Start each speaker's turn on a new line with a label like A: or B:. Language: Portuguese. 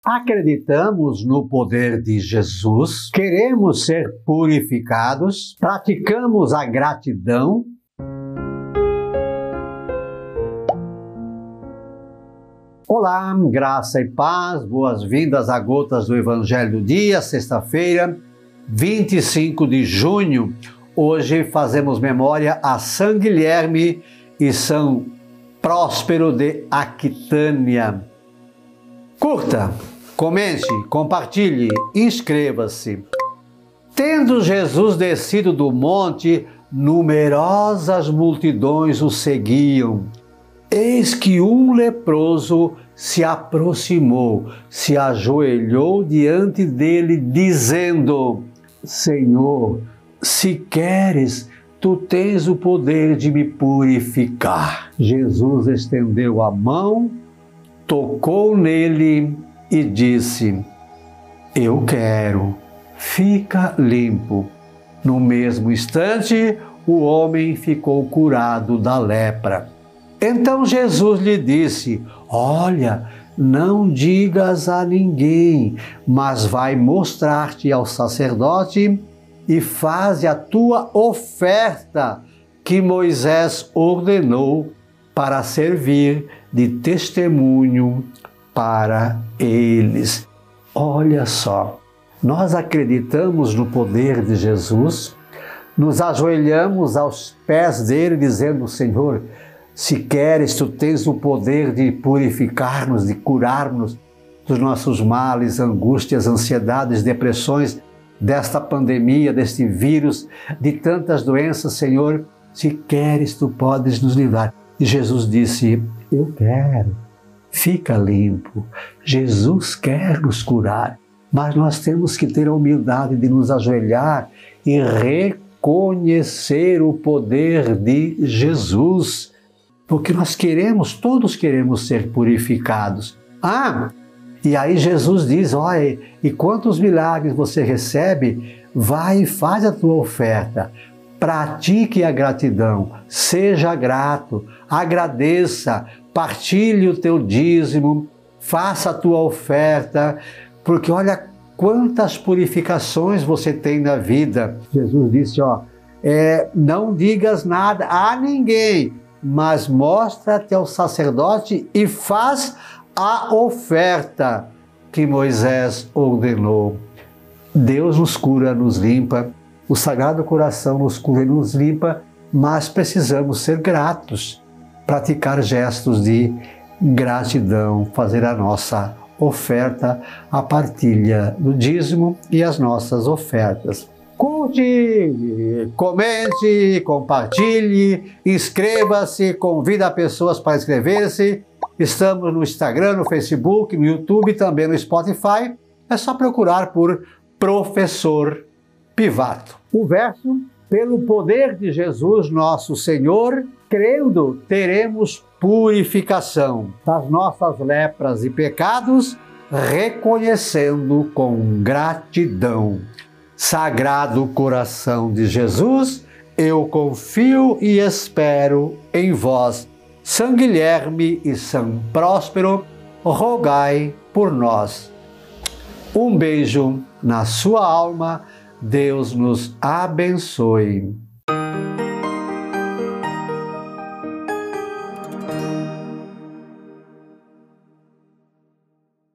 A: Acreditamos no poder de Jesus, queremos ser purificados, praticamos a gratidão. Olá, graça e paz, boas-vindas a Gotas do Evangelho do Dia, sexta-feira, 25 de junho. Hoje fazemos memória a São Guilherme e São Próspero de Aquitânia. Curta, comente, compartilhe, inscreva-se. Tendo Jesus descido do monte, numerosas multidões o seguiam. Eis que um leproso se aproximou, se ajoelhou diante dele, dizendo: Senhor, se queres, tu tens o poder de me purificar. Jesus estendeu a mão, tocou nele e disse: Eu quero, fica limpo. No mesmo instante, o homem ficou curado da lepra. Então Jesus lhe disse: Olha, não digas a ninguém, mas vai mostrar-te ao sacerdote e faze a tua oferta que Moisés ordenou para servir de testemunho para eles. Olha só, nós acreditamos no poder de Jesus, nos ajoelhamos aos pés dele dizendo: Senhor, se queres, tu tens o poder de purificar-nos, de curar-nos dos nossos males, angústias, ansiedades, depressões, desta pandemia, deste vírus, de tantas doenças, Senhor. Se queres, tu podes nos livrar. E Jesus disse: Eu quero, fica limpo. Jesus quer nos curar, mas nós temos que ter a humildade de nos ajoelhar e reconhecer o poder de Jesus. Porque nós queremos, todos queremos ser purificados. E aí Jesus diz: olha, e quantos milagres você recebe, vai e faz a tua oferta. Pratique a gratidão, seja grato, agradeça, partilhe o teu dízimo, faça a tua oferta, porque olha quantas purificações você tem na vida. Jesus disse: não digas nada a ninguém, mas mostra-te ao sacerdote e faz a oferta que Moisés ordenou. Deus nos cura, nos limpa, o Sagrado Coração nos cura e nos limpa, mas precisamos ser gratos, praticar gestos de gratidão, fazer a nossa oferta, a partilha do dízimo e as nossas ofertas. Curte, comente, compartilhe, inscreva-se, convida pessoas para inscrever-se. Estamos no Instagram, no Facebook, no YouTube e também no Spotify. É só procurar por Professor Pivato. O verso: pelo poder de Jesus nosso Senhor, crendo, teremos purificação das nossas lepras e pecados, reconhecendo com gratidão. Sagrado Coração de Jesus, eu confio e espero em vós. São Guilherme e São Próspero, rogai por nós. Um beijo na sua alma, Deus nos abençoe.